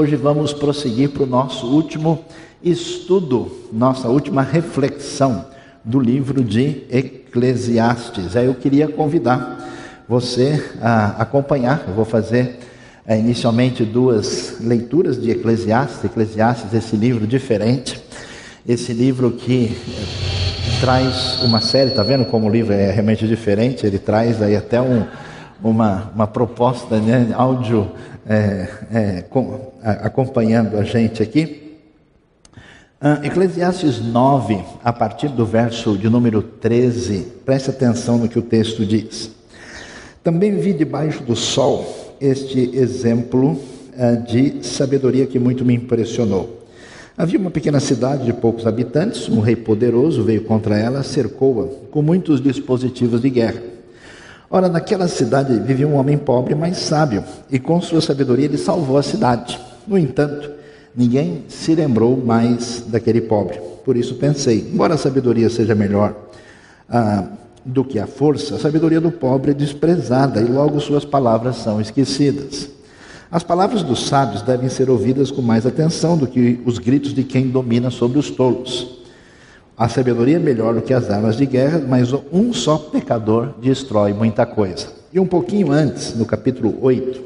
hoje vamos prosseguir para o nosso último estudo, nossa última reflexão do livro de Eclesiastes. Aí eu queria convidar você a acompanhar. Eu vou fazer inicialmente 2 leituras de Eclesiastes, esse livro diferente, esse livro que traz uma série, está vendo como o livro é realmente diferente? Ele traz aí até uma proposta, né, áudio acompanhando a gente aqui. Eclesiastes 9, a partir do verso de número 13, preste atenção no que o texto diz. Também vi debaixo do sol este exemplo de sabedoria que muito me impressionou. Havia uma pequena cidade de poucos habitantes, um rei poderoso veio contra ela, cercou-a com muitos dispositivos de guerra. Ora, naquela cidade vivia um homem pobre, mas sábio, e com sua sabedoria ele salvou a cidade. No entanto, ninguém se lembrou mais daquele pobre. Por isso pensei, embora a sabedoria seja melhor do que a força, a sabedoria do pobre é desprezada e logo suas palavras são esquecidas. As palavras dos sábios devem ser ouvidas com mais atenção do que os gritos de quem domina sobre os tolos. A sabedoria é melhor do que as armas de guerra, mas um só pecador destrói muita coisa. E um pouquinho antes, no capítulo 8,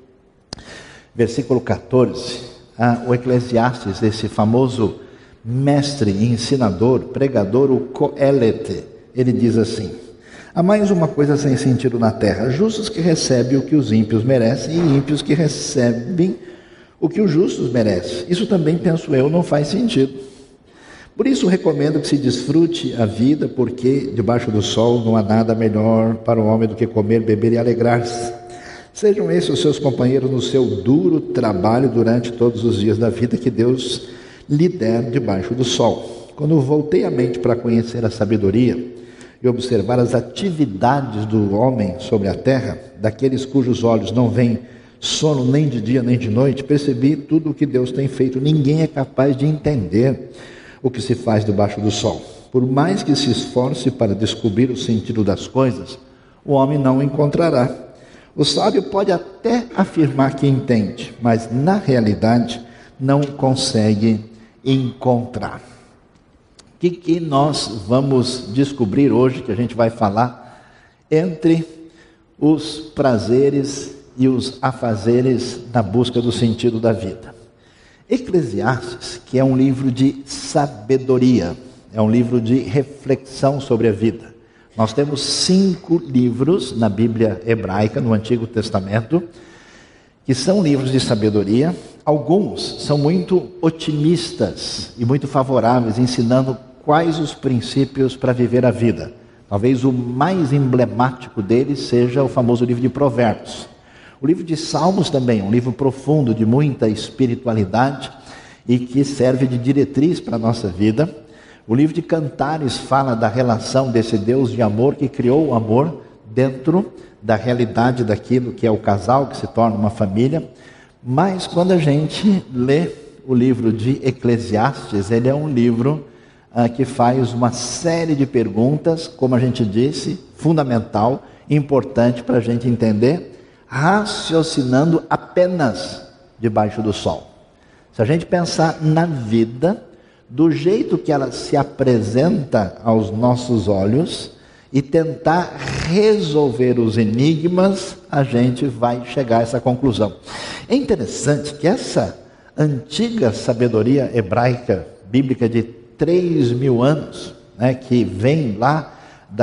versículo 14, o Eclesiastes, esse famoso mestre, ensinador, pregador, o Coelete, ele diz assim: há mais uma coisa sem sentido na terra, justos que recebem o que os ímpios merecem e ímpios que recebem o que os justos merecem. Isso também, penso eu, não faz sentido. Por isso recomendo que se desfrute a vida, porque debaixo do sol não há nada melhor para o homem do que comer, beber e alegrar-se. Sejam esses os seus companheiros no seu duro trabalho durante todos os dias da vida que Deus lhe der debaixo do sol. Quando voltei a mente para conhecer a sabedoria e observar as atividades do homem sobre a terra, daqueles cujos olhos não veem sono nem de dia nem de noite, percebi tudo o que Deus tem feito. Ninguém é capaz de entender o que se faz debaixo do sol. Por mais que se esforce para descobrir o sentido das coisas, o homem não o encontrará. O sábio pode até afirmar que entende, mas na realidade não consegue encontrar. O que nós vamos descobrir hoje, que a gente vai falar entre os prazeres e os afazeres na busca do sentido da vida? Eclesiastes, que é um livro de sabedoria, é um livro de reflexão sobre a vida. Nós temos 5 livros na Bíblia hebraica, no Antigo Testamento, que são livros de sabedoria. Alguns são muito otimistas e muito favoráveis, ensinando quais os princípios para viver a vida. Talvez o mais emblemático deles seja o famoso livro de Provérbios. O livro de Salmos também, um livro profundo, de muita espiritualidade e que serve de diretriz para a nossa vida. O livro de Cantares fala da relação desse Deus de amor que criou o amor dentro da realidade daquilo que é o casal, que se torna uma família. Mas quando a gente lê o livro de Eclesiastes, ele é um livro que faz uma série de perguntas, como a gente disse, fundamental, importante para a gente entender, raciocinando apenas debaixo do sol. Se a gente pensar na vida, do jeito que ela se apresenta aos nossos olhos, e tentar resolver os enigmas, a gente vai chegar a essa conclusão. É interessante que essa antiga sabedoria hebraica, bíblica de 3.000 anos, né, que vem lá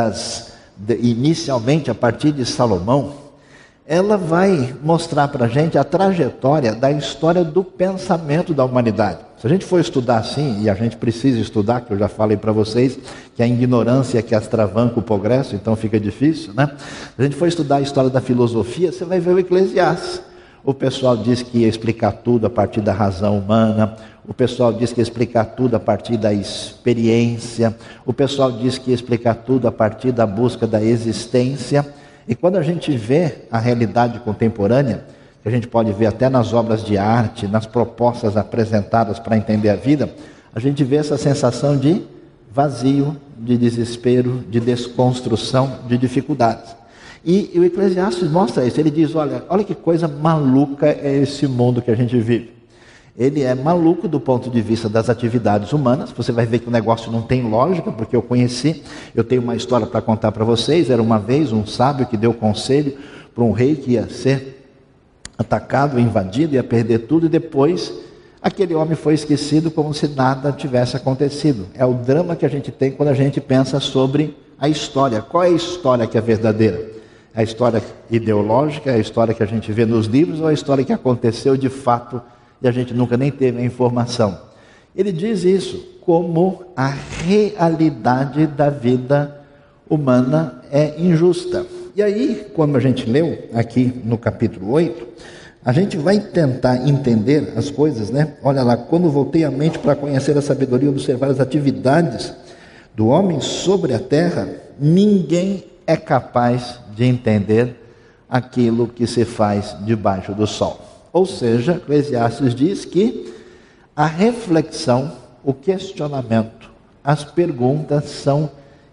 inicialmente a partir de Salomão, ela vai mostrar para a gente a trajetória da história do pensamento da humanidade. Se a gente for estudar assim, e a gente precisa estudar, que eu já falei para vocês, que a ignorância que atravanca o progresso, então fica difícil, né? Se a gente for estudar a história da filosofia, você vai ver o Eclesiastes. O pessoal diz que ia explicar tudo a partir da razão humana, o pessoal diz que ia explicar tudo a partir da experiência, o pessoal diz que ia explicar tudo a partir da busca da existência. E quando a gente vê a realidade contemporânea, que a gente pode ver até nas obras de arte, nas propostas apresentadas para entender a vida, a gente vê essa sensação de vazio, de desespero, de desconstrução, de dificuldades. E o Eclesiastes mostra isso, ele diz, olha que coisa maluca é esse mundo que a gente vive. Ele é maluco do ponto de vista das atividades humanas. Você vai ver que o negócio não tem lógica, porque eu tenho uma história para contar para vocês. Era uma vez um sábio que deu conselho para um rei que ia ser atacado, invadido, ia perder tudo, e depois aquele homem foi esquecido como se nada tivesse acontecido. É o drama que a gente tem quando a gente pensa sobre a história. Qual é a história que é verdadeira? A história ideológica, a história que a gente vê nos livros, ou a história que aconteceu de fato e a gente nunca nem teve a informação? Ele diz isso como a realidade da vida humana é injusta. E aí, quando a gente leu aqui no capítulo 8, a gente vai tentar entender as coisas, né? Olha lá, quando voltei a mente para conhecer a sabedoria e observar as atividades do homem sobre a terra, ninguém é capaz de entender aquilo que se faz debaixo do sol. Ou seja, Eclesiastes diz que a reflexão, o questionamento, as perguntas são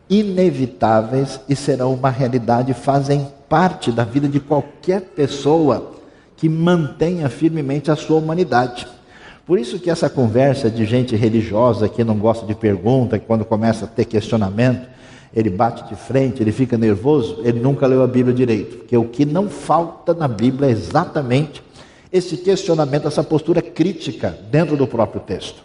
inevitáveis e serão uma realidade, fazem parte da vida de qualquer pessoa que mantenha firmemente a sua humanidade. Por isso que essa conversa de gente religiosa que não gosta de pergunta, que quando começa a ter questionamento, ele bate de frente, ele fica nervoso, ele nunca leu a Bíblia direito. Porque o que não falta na Bíblia é exatamente esse questionamento, essa postura crítica dentro do próprio texto.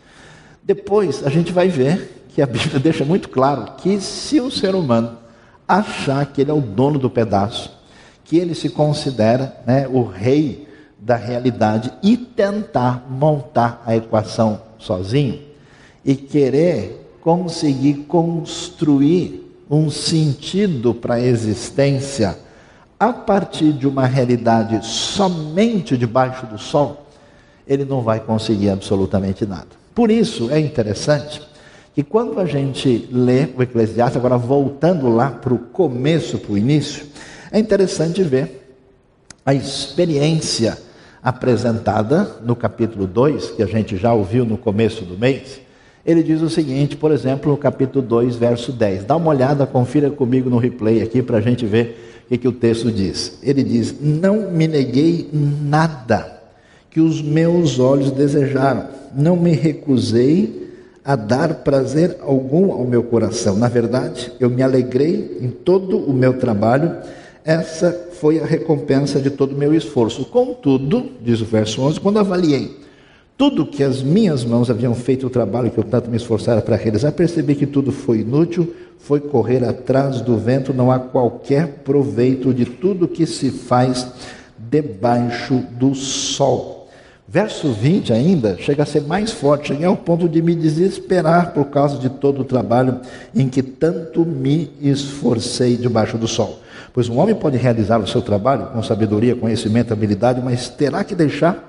Depois a gente vai ver que a Bíblia deixa muito claro que se o ser humano achar que ele é o dono do pedaço, que ele se considera, né, o rei da realidade, e tentar montar a equação sozinho e querer conseguir construir um sentido para a existência a partir de uma realidade somente debaixo do sol, ele não vai conseguir absolutamente nada. Por isso é interessante que quando a gente lê o Eclesiastes, agora voltando lá para o começo, para o início, é interessante ver a experiência apresentada no capítulo 2, que a gente já ouviu no começo do mês. Ele diz o seguinte, por exemplo, no capítulo 2, verso 10. Dá uma olhada, confira comigo no replay aqui para a gente ver o que o texto diz. Ele diz: não me neguei nada que os meus olhos desejaram, não me recusei a dar prazer algum ao meu coração. Na verdade, eu me alegrei em todo o meu trabalho. Essa foi a recompensa de todo o meu esforço. Contudo, diz o verso 11, quando avaliei tudo que as minhas mãos haviam feito, o trabalho que eu tanto me esforçara para realizar, percebi que tudo foi inútil, foi correr atrás do vento, não há qualquer proveito de tudo que se faz debaixo do sol. Verso 20 ainda chega a ser mais forte, cheguei ao ponto de me desesperar por causa de todo o trabalho em que tanto me esforcei debaixo do sol. Pois um homem pode realizar o seu trabalho com sabedoria, conhecimento, habilidade, mas terá que deixar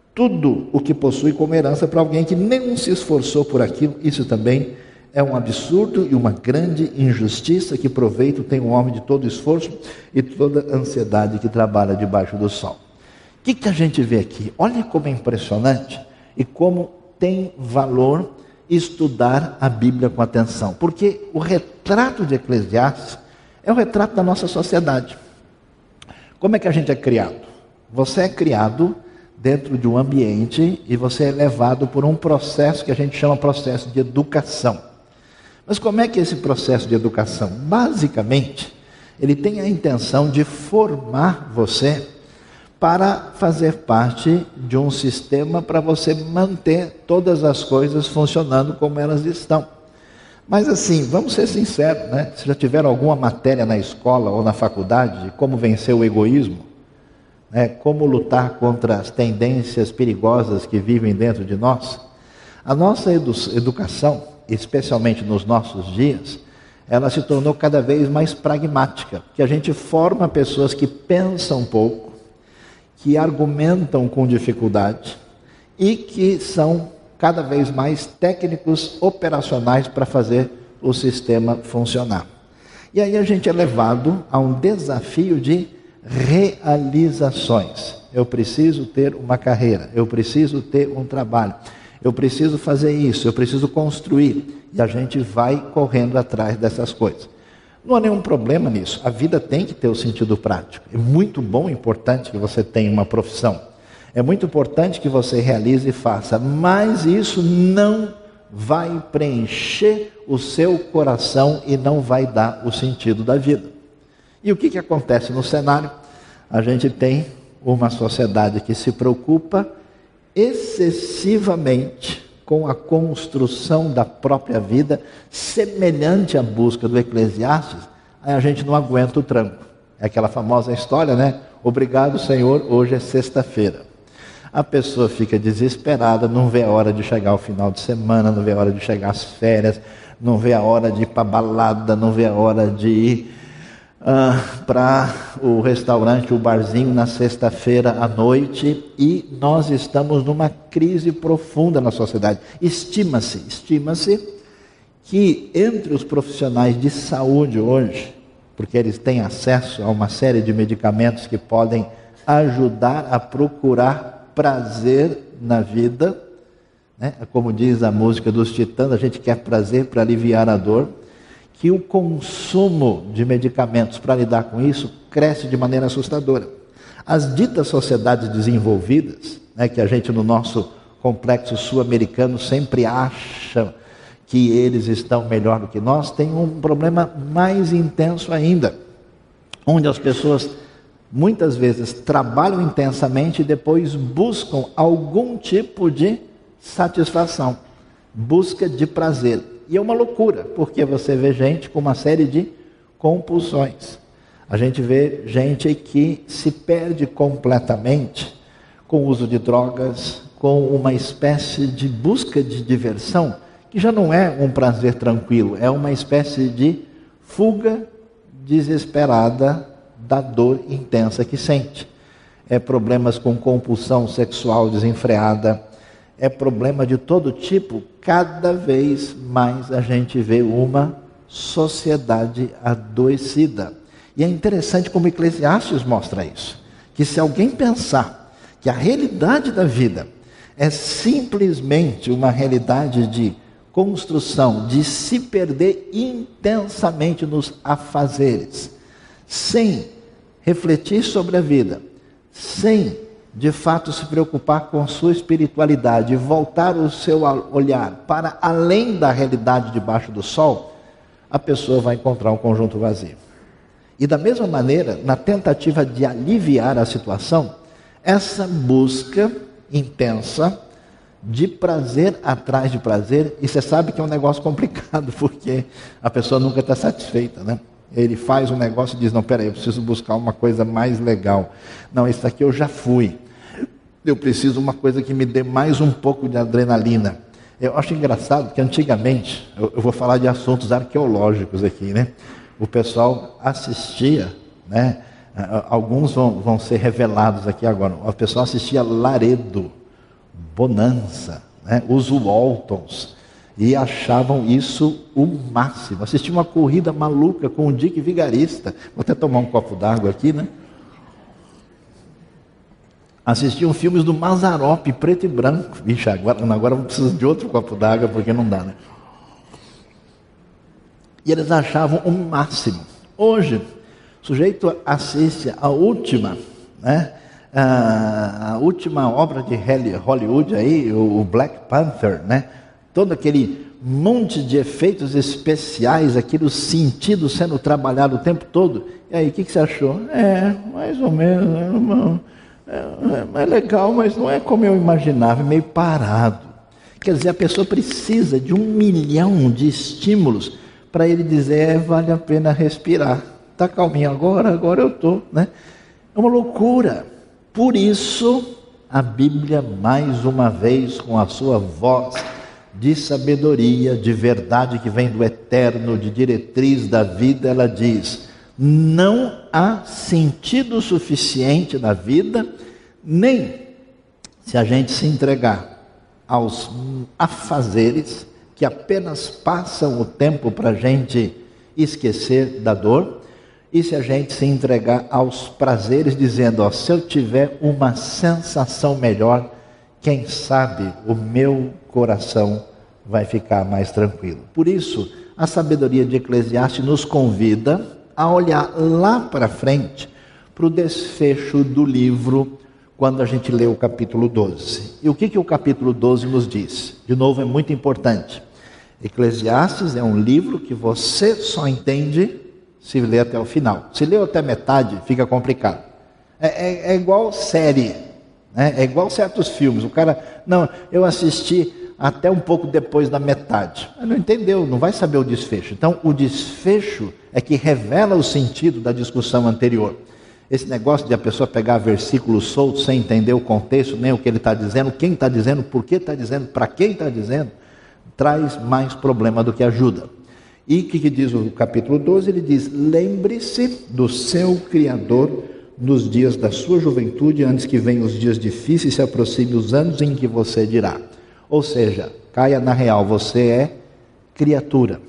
tudo o que possui como herança para alguém que nem se esforçou por aquilo. Isso também é um absurdo e uma grande injustiça. Que proveito tem um homem de todo esforço e toda ansiedade que trabalha debaixo do sol. O que a gente vê aqui? Olha como é impressionante e como tem valor estudar a Bíblia com atenção. Porque o retrato de Eclesiastes é o retrato da nossa sociedade. Como é que a gente é criado? Você é criado dentro de um ambiente e você é levado por um processo que a gente chama processo de educação. Mas como é que é esse processo de educação? Basicamente, ele tem a intenção de formar você para fazer parte de um sistema para você manter todas as coisas funcionando como elas estão. Mas assim, vamos ser sinceros, né? Se já tiveram alguma matéria na escola ou na faculdade de como vencer o egoísmo, né? Como lutar contra as tendências perigosas que vivem dentro de nós, a nossa educação, especialmente nos nossos dias, ela se tornou cada vez mais pragmática, que a gente forma pessoas que pensam pouco, que argumentam com dificuldade e que são cada vez mais técnicos operacionais para fazer o sistema funcionar. E aí a gente é levado a um desafio de realizações. Eu preciso ter uma carreira, eu preciso ter um trabalho, eu preciso fazer isso, eu preciso construir. E a gente vai correndo atrás dessas coisas. Não há nenhum problema nisso. A vida tem que ter o sentido prático. É muito bom e importante que você tenha uma profissão. É muito importante que você realize e faça, mas isso não vai preencher o seu coração e não vai dar o sentido da vida. E o que acontece no cenário? A gente tem uma sociedade que se preocupa excessivamente com a construção da própria vida, semelhante à busca do Eclesiastes. Aí a gente não aguenta o tranco. É aquela famosa história, né? Obrigado, Senhor, hoje é sexta-feira. A pessoa fica desesperada, não vê a hora de chegar o final de semana, não vê a hora de chegar as férias, não vê a hora de ir para a balada, não vê a hora de ir para o restaurante, o barzinho na sexta-feira à noite, e nós estamos numa crise profunda na sociedade. Estima-se que entre os profissionais de saúde hoje, porque eles têm acesso a uma série de medicamentos que podem ajudar a procurar prazer na vida, né? Como diz a música dos Titãs, a gente quer prazer para aliviar a dor, que o consumo de medicamentos para lidar com isso cresce de maneira assustadora. As ditas sociedades desenvolvidas, né, que a gente no nosso complexo sul-americano sempre acha que eles estão melhor do que nós, tem um problema mais intenso ainda, onde as pessoas muitas vezes trabalham intensamente e depois buscam algum tipo de satisfação, busca de prazer. E é uma loucura, porque você vê gente com uma série de compulsões. A gente vê gente que se perde completamente com o uso de drogas, com uma espécie de busca de diversão, que já não é um prazer tranquilo, é uma espécie de fuga desesperada da dor intensa que sente. É problemas com compulsão sexual desenfreada, é problema de todo tipo. Cada vez mais a gente vê uma sociedade adoecida. E é interessante como Eclesiastes mostra isso, que se alguém pensar que a realidade da vida é simplesmente uma realidade de construção, de se perder intensamente nos afazeres, sem refletir sobre a vida, sem de fato se preocupar com a sua espiritualidade, voltar o seu olhar para além da realidade debaixo do sol, a pessoa vai encontrar um conjunto vazio. E da mesma maneira, na tentativa de aliviar a situação, essa busca intensa de prazer atrás de prazer, e você sabe que é um negócio complicado, porque a pessoa nunca está satisfeita, né? Ele faz um negócio e diz, não, peraí, eu preciso buscar uma coisa mais legal. Não, isso aqui eu já fui. Eu preciso de uma coisa que me dê mais um pouco de adrenalina. Eu acho engraçado que antigamente, eu vou falar de assuntos arqueológicos aqui, né? O pessoal assistia, né? Alguns vão ser revelados aqui agora. O pessoal assistia Laredo, Bonanza, né? Os Waltons, e achavam isso o máximo. Assistia uma corrida maluca com o Dick Vigarista. Vou até tomar um copo d'água aqui, né? Assistiam filmes do Mazzaropi, preto e branco. Vixe, agora eu preciso de outro copo d'água, porque não dá, né? E eles achavam o máximo. Hoje, o sujeito assiste a última, né? A última obra de Hollywood aí, o Black Panther, né? Todo aquele monte de efeitos especiais, aquele sentido sendo trabalhado o tempo todo. E aí, o que você achou? Mais ou menos, é legal, mas não é como eu imaginava, meio parado. Quer dizer, a pessoa precisa de 1 milhão de estímulos para ele dizer, vale a pena respirar. Está calminho agora eu estou, né? É uma loucura. Por isso, a Bíblia, mais uma vez, com a sua voz de sabedoria, de verdade que vem do eterno, de diretriz da vida, ela diz, não há sentido suficiente na vida, nem se a gente se entregar aos afazeres que apenas passam o tempo para a gente esquecer da dor, e se a gente se entregar aos prazeres, dizendo, se eu tiver uma sensação melhor, quem sabe o meu coração vai ficar mais tranquilo. Por isso, a sabedoria de Eclesiastes nos convida a olhar lá para frente, para o desfecho do livro, quando a gente lê o capítulo 12. E o que o capítulo 12 nos diz? De novo, é muito importante. Eclesiastes é um livro que você só entende se ler até o final. Se ler até metade, fica complicado. É igual série, né? É igual certos filmes. O cara, não, eu assisti até um pouco depois da metade. Não entendeu, não vai saber o desfecho. Então, o desfecho é que revela o sentido da discussão anterior. Esse negócio de a pessoa pegar versículos soltos sem entender o contexto, nem o que ele está dizendo, quem está dizendo, por que está dizendo, para quem está dizendo, traz mais problema do que ajuda. E o que diz o capítulo 12? Ele diz: lembre-se do seu Criador nos dias da sua juventude, antes que venham os dias difíceis e se aproxime os anos em que você dirá. Ou seja, caia na real, você é criatura,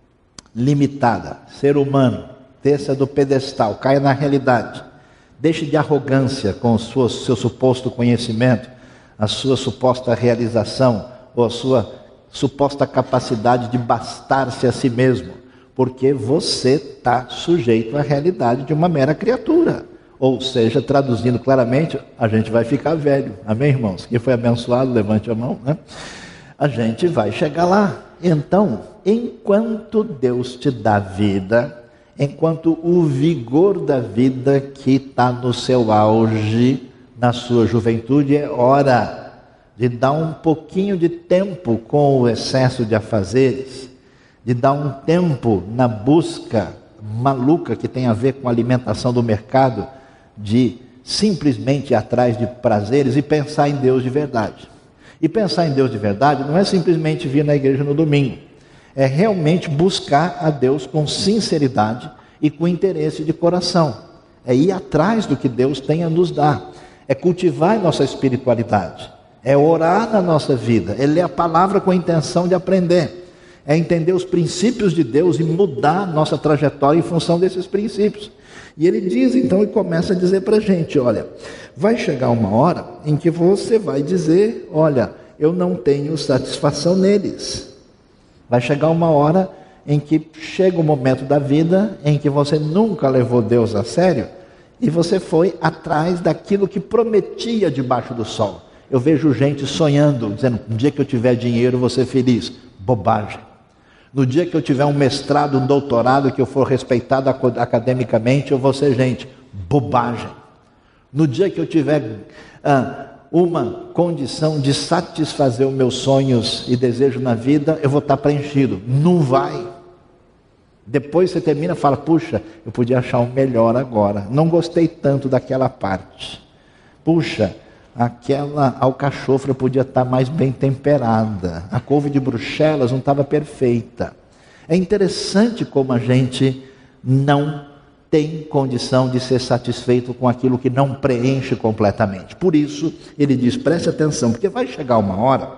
limitada, ser humano, desça do pedestal, caia na realidade. Deixe de arrogância com o seu suposto conhecimento, a sua suposta realização, ou a sua suposta capacidade de bastar-se a si mesmo, porque você está sujeito à realidade de uma mera criatura. Ou seja, traduzindo claramente, a gente vai ficar velho. Amém, irmãos? Quem foi abençoado, levante a mão, né? A gente vai chegar lá. Então, enquanto Deus te dá vida, enquanto o vigor da vida que está no seu auge, na sua juventude, é hora de dar um pouquinho de tempo com o excesso de afazeres, de dar um tempo na busca maluca que tem a ver com a alimentação do mercado, de simplesmente ir atrás de prazeres e pensar em Deus de verdade. E pensar em Deus de verdade não é simplesmente vir na igreja no domingo, é realmente buscar a Deus com sinceridade e com interesse de coração. É ir atrás do que Deus tem a nos dar, é cultivar a nossa espiritualidade, é orar na nossa vida, é ler a palavra com a intenção de aprender, é entender os princípios de Deus e mudar a nossa trajetória em função desses princípios. E ele diz então, e começa a dizer para a gente: olha, vai chegar uma hora em que você vai dizer: olha, eu não tenho satisfação neles. Vai chegar uma hora em que chega o momento da vida em que você nunca levou Deus a sério e você foi atrás daquilo que prometia debaixo do sol. Eu vejo gente sonhando, dizendo: no dia que eu tiver dinheiro eu vou ser feliz. Bobagem. No dia que eu tiver um mestrado, um doutorado, que eu for respeitado academicamente, eu vou ser gente. Bobagem. No dia que eu tiver uma condição de satisfazer os meus sonhos e desejos na vida, eu vou estar preenchido. Não vai. Depois você termina e fala: puxa, eu podia achar um melhor agora. Não gostei tanto daquela parte. Puxa, aquela alcachofra podia estar mais bem temperada. A couve de Bruxelas não estava perfeita. É interessante como a gente não tem condição de ser satisfeito com aquilo que não preenche completamente. Por isso, ele diz: preste atenção, porque vai chegar uma hora,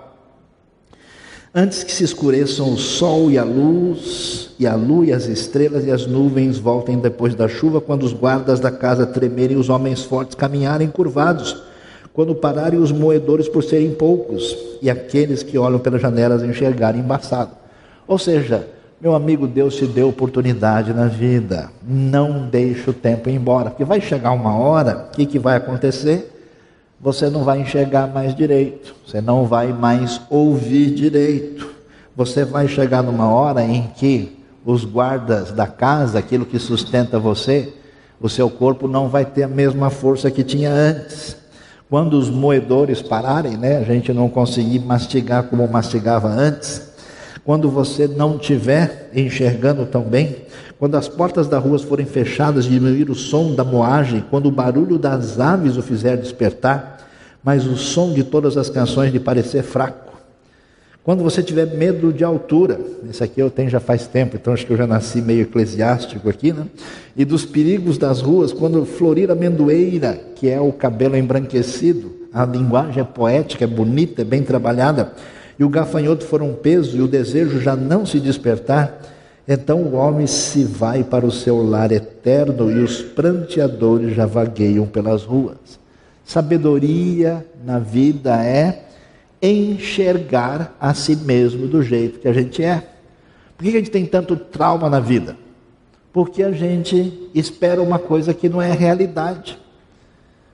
antes que se escureçam o sol e a luz, e a lua e as estrelas e as nuvens voltem depois da chuva, quando os guardas da casa tremerem e os homens fortes caminharem curvados, quando pararem os moedores por serem poucos, e aqueles que olham pelas janelas enxergarem embaçado. Ou seja, meu amigo, Deus te deu oportunidade na vida. Não deixe o tempo ir embora, porque vai chegar uma hora, o que vai acontecer? Você não vai enxergar mais direito, você não vai mais ouvir direito. Você vai chegar numa hora em que os guardas da casa, aquilo que sustenta você, o seu corpo não vai ter a mesma força que tinha antes. Quando os moedores pararem, a gente não conseguir mastigar como mastigava antes, quando você não estiver enxergando tão bem, quando as portas das ruas forem fechadas, diminuir o som da moagem, quando o barulho das aves o fizer despertar, mas o som de todas as canções lhe parecer fraco, quando você tiver medo de altura, esse aqui eu tenho já faz tempo, então acho que eu já nasci meio eclesiástico aqui, e dos perigos das ruas, quando florir a amendoeira, que é o cabelo embranquecido, a linguagem é poética, é bonita, é bem trabalhada, e o gafanhoto for um peso e o desejo já não se despertar, então o homem se vai para o seu lar eterno e os pranteadores já vagueiam pelas ruas. Sabedoria na vida é enxergar a si mesmo do jeito que a gente é. Por que a gente tem tanto trauma na vida? Porque a gente espera uma coisa que não é realidade.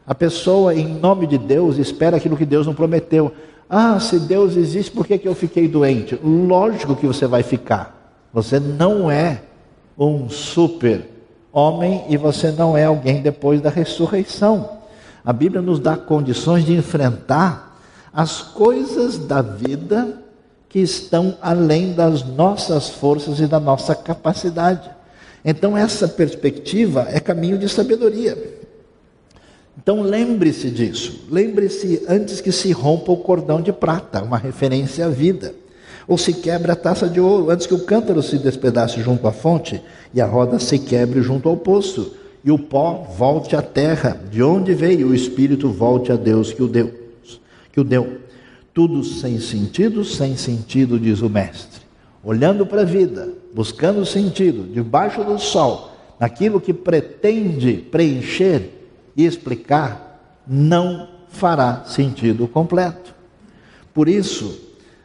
A pessoa, em nome de Deus, espera aquilo que Deus não prometeu. Ah, se Deus existe, por que eu fiquei doente? Lógico que você vai ficar. Você não é um super homem e você não é alguém depois da ressurreição. A Bíblia nos dá condições de enfrentar as coisas da vida que estão além das nossas forças e da nossa capacidade. Então essa perspectiva é caminho de sabedoria. Então lembre-se disso, lembre-se antes que se rompa o cordão de prata, uma referência à vida, ou se quebra a taça de ouro, antes que o cântaro se despedace junto à fonte e a roda se quebre junto ao poço, e o pó volte à terra, de onde veio, o espírito volte a Deus que o deu. Tudo sem sentido, diz o mestre. Olhando para a vida, buscando sentido, debaixo do sol, naquilo que pretende preencher e explicar, não fará sentido completo. Por isso,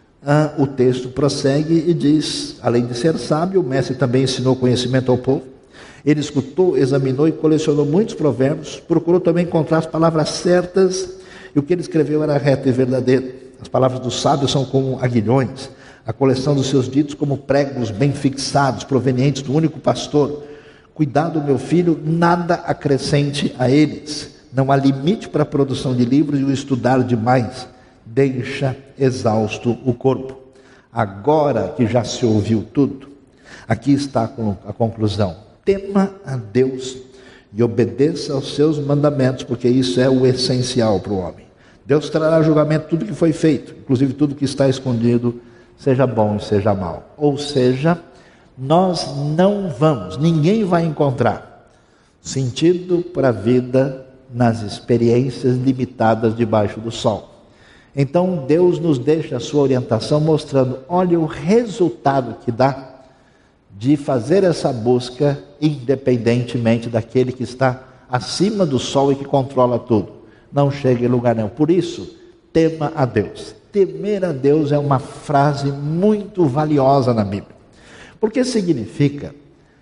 o texto prossegue e diz, além de ser sábio, o mestre também ensinou conhecimento ao povo. Ele escutou, examinou e colecionou muitos provérbios, procurou também encontrar as palavras certas, e o que ele escreveu era reto e verdadeiro. As palavras dos sábios são como aguilhões, a coleção dos seus ditos como pregos bem fixados, provenientes do único pastor. Cuidado, meu filho, nada acrescente a eles. Não há limite para a produção de livros e o estudar demais deixa exausto o corpo. Agora que já se ouviu tudo, aqui está a conclusão. Tema a Deus e obedeça aos seus mandamentos, porque isso é o essencial para o homem. Deus trará julgamento tudo que foi feito, inclusive tudo que está escondido, seja bom e seja mal. Ou seja, nós não vamos, ninguém vai encontrar sentido para a vida nas experiências limitadas debaixo do sol. Então Deus nos deixa a sua orientação mostrando, olha o resultado que dá de fazer essa busca independentemente daquele que está acima do sol e que controla tudo. Não chega em lugar nenhum. Por isso, tema a Deus. Temer a Deus é uma frase muito valiosa na Bíblia. Porque significa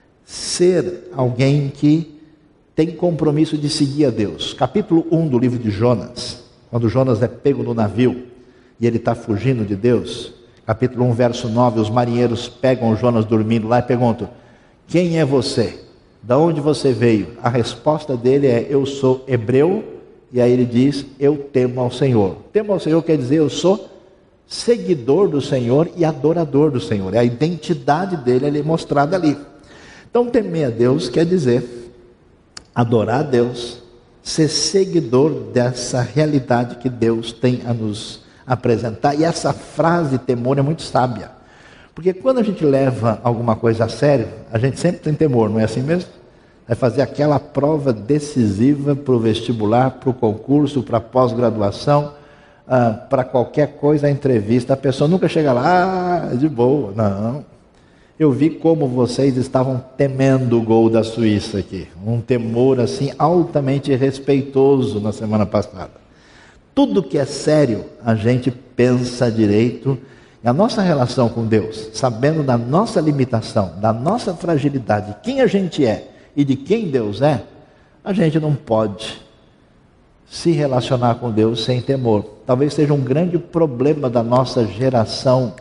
ser alguém que tem compromisso de seguir a Deus. Capítulo 1 do livro de Jonas, quando Jonas é pego no navio e ele está fugindo de Deus. Capítulo 1, verso 9, os marinheiros pegam Jonas dormindo lá e perguntam, quem é você? De onde você veio? A resposta dele é, eu sou hebreu. E aí ele diz, eu temo ao Senhor. Temo ao Senhor quer dizer, eu sou seguidor do Senhor e adorador do Senhor. É a identidade dele ali mostrada ali. Então temer a Deus quer dizer adorar a Deus, ser seguidor dessa realidade que Deus tem a nos apresentar. E essa frase temor é muito sábia. Porque quando a gente leva alguma coisa a sério, a gente sempre tem temor, não é assim mesmo? Vai fazer aquela prova decisiva para o vestibular, para o concurso, para a pós-graduação, para qualquer coisa, a entrevista, a pessoa nunca chega lá, de boa, não. Eu vi como vocês estavam temendo o gol da Suíça aqui, um temor assim altamente respeitoso na semana passada. Tudo que é sério, a gente pensa direito, e a nossa relação com Deus, sabendo da nossa limitação, da nossa fragilidade, quem a gente é, e de quem Deus é, a gente não pode se relacionar com Deus sem temor. Talvez seja um grande problema da nossa geração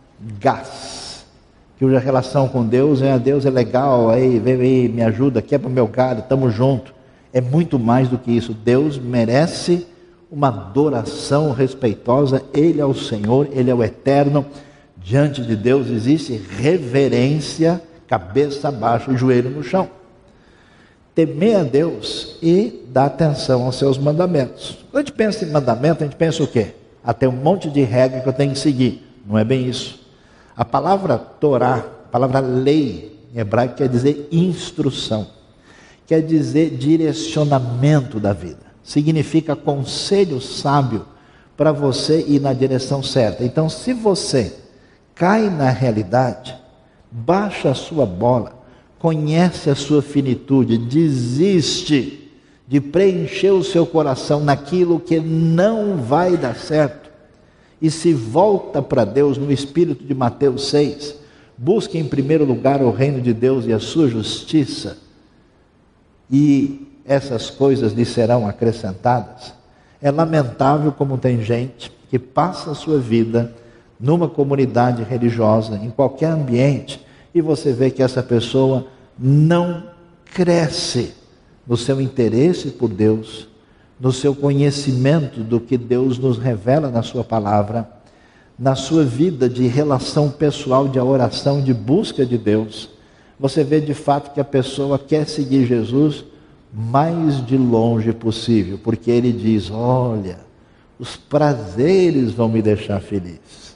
gás, que a relação com Deus é legal, aí vem aí, me ajuda, quebra o meu galho, estamos juntos. É muito mais do que isso. Deus merece uma adoração respeitosa. Ele é o Senhor, Ele é o Eterno. Diante de Deus existe reverência, cabeça baixa e joelho no chão. Temer a Deus e dar atenção aos seus mandamentos. Quando a gente pensa em mandamento, a gente pensa o quê? Tem um monte de regra que eu tenho que seguir. Não é bem isso. A palavra Torá, a palavra lei em hebraico quer dizer instrução. Quer dizer direcionamento da vida. Significa conselho sábio para você ir na direção certa. Então, se você cai na realidade, baixa a sua bola, conhece a sua finitude, desiste de preencher o seu coração naquilo que não vai dar certo e se volta para Deus no espírito de Mateus 6, busque em primeiro lugar o reino de Deus e a sua justiça, e essas coisas lhe serão acrescentadas. É lamentável como tem gente que passa a sua vida numa comunidade religiosa, em qualquer ambiente, e você vê que essa pessoa não cresce no seu interesse por Deus, no seu conhecimento do que Deus nos revela na sua palavra, na sua vida de relação pessoal, de oração, de busca de Deus. Você vê de fato que a pessoa quer seguir Jesus mais de longe possível, porque ele diz: olha, os prazeres vão me deixar feliz.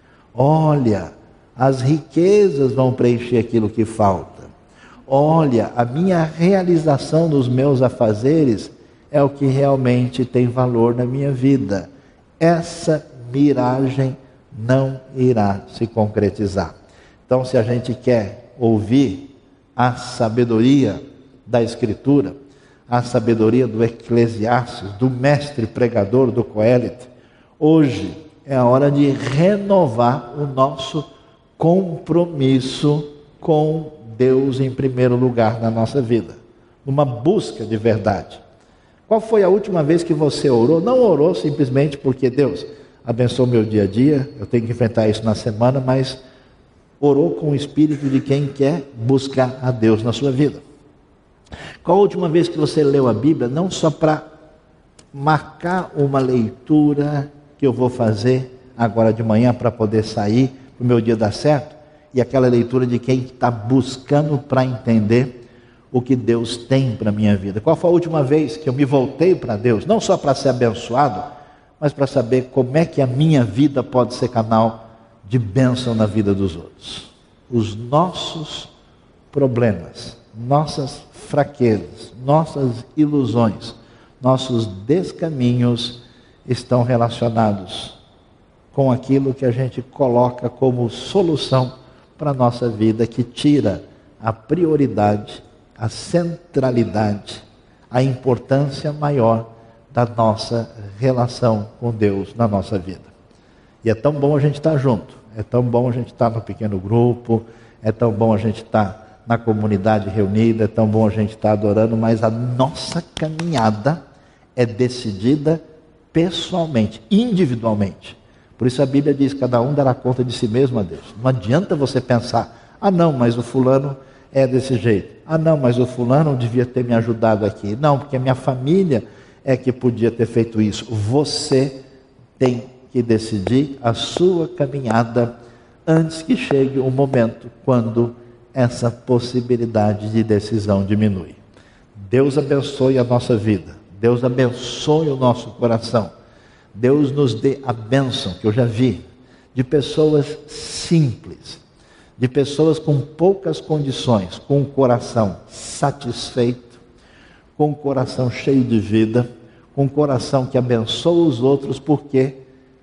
Olha, as riquezas vão preencher aquilo que falta. Olha, a minha realização nos meus afazeres é o que realmente tem valor na minha vida. Essa miragem não irá se concretizar. Então, se a gente quer ouvir a sabedoria da Escritura, a sabedoria do Eclesiastes, do mestre pregador, do Coelete, hoje é a hora de renovar o nosso compromisso com Deus em primeiro lugar na nossa vida, numa busca de verdade. Qual foi a última vez que você orou? Não orou simplesmente porque Deus abençoou meu dia a dia, eu tenho que enfrentar isso na semana, mas orou com o espírito de quem quer buscar a Deus na sua vida. Qual a última vez que você leu a Bíblia, não só para marcar uma leitura que eu vou fazer agora de manhã para poder sair, para o meu dia dar certo, e aquela leitura de quem está buscando para entender o que Deus tem para a minha vida? Qual foi a última vez que eu me voltei para Deus, não só para ser abençoado, mas para saber como é que a minha vida pode ser canal de bênção na vida dos outros? Os nossos problemas, nossas fraquezas, nossas ilusões, nossos descaminhos estão relacionados com aquilo que a gente coloca como solução para a nossa vida, que tira a prioridade, a centralidade, a importância maior da nossa relação com Deus na nossa vida. E é tão bom a gente estar junto, é tão bom a gente estar no pequeno grupo, é tão bom a gente estar na comunidade reunida, é tão bom a gente estar adorando, mas a nossa caminhada é decidida pessoalmente, individualmente. Por isso a Bíblia diz: cada um dará conta de si mesmo a Deus. Não adianta você pensar: ah não, mas o fulano é desse jeito. Ah não, mas o fulano devia ter me ajudado aqui. Não, porque a minha família é que podia ter feito isso. Você tem que decidir a sua caminhada antes que chegue o momento quando essa possibilidade de decisão diminui. Deus abençoe a nossa vida. Deus abençoe o nosso coração. Deus nos dê a bênção que eu já vi de pessoas simples, de pessoas com poucas condições, com o coração satisfeito, com o coração cheio de vida, com o coração que abençoa os outros, porque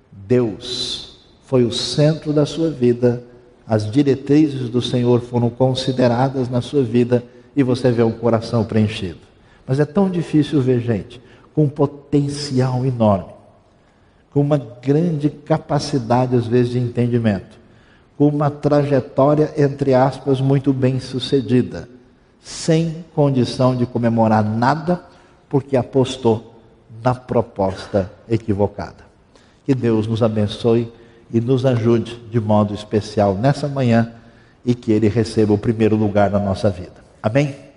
Deus foi o centro da sua vida, as diretrizes do Senhor foram consideradas na sua vida e você vê um coração preenchido. Mas é tão difícil ver gente com um potencial enorme, com uma grande capacidade às vezes de entendimento, com uma trajetória, entre aspas, muito bem sucedida, sem condição de comemorar nada, porque apostou na proposta equivocada. Que Deus nos abençoe e nos ajude de modo especial nessa manhã, e que Ele receba o primeiro lugar na nossa vida. Amém?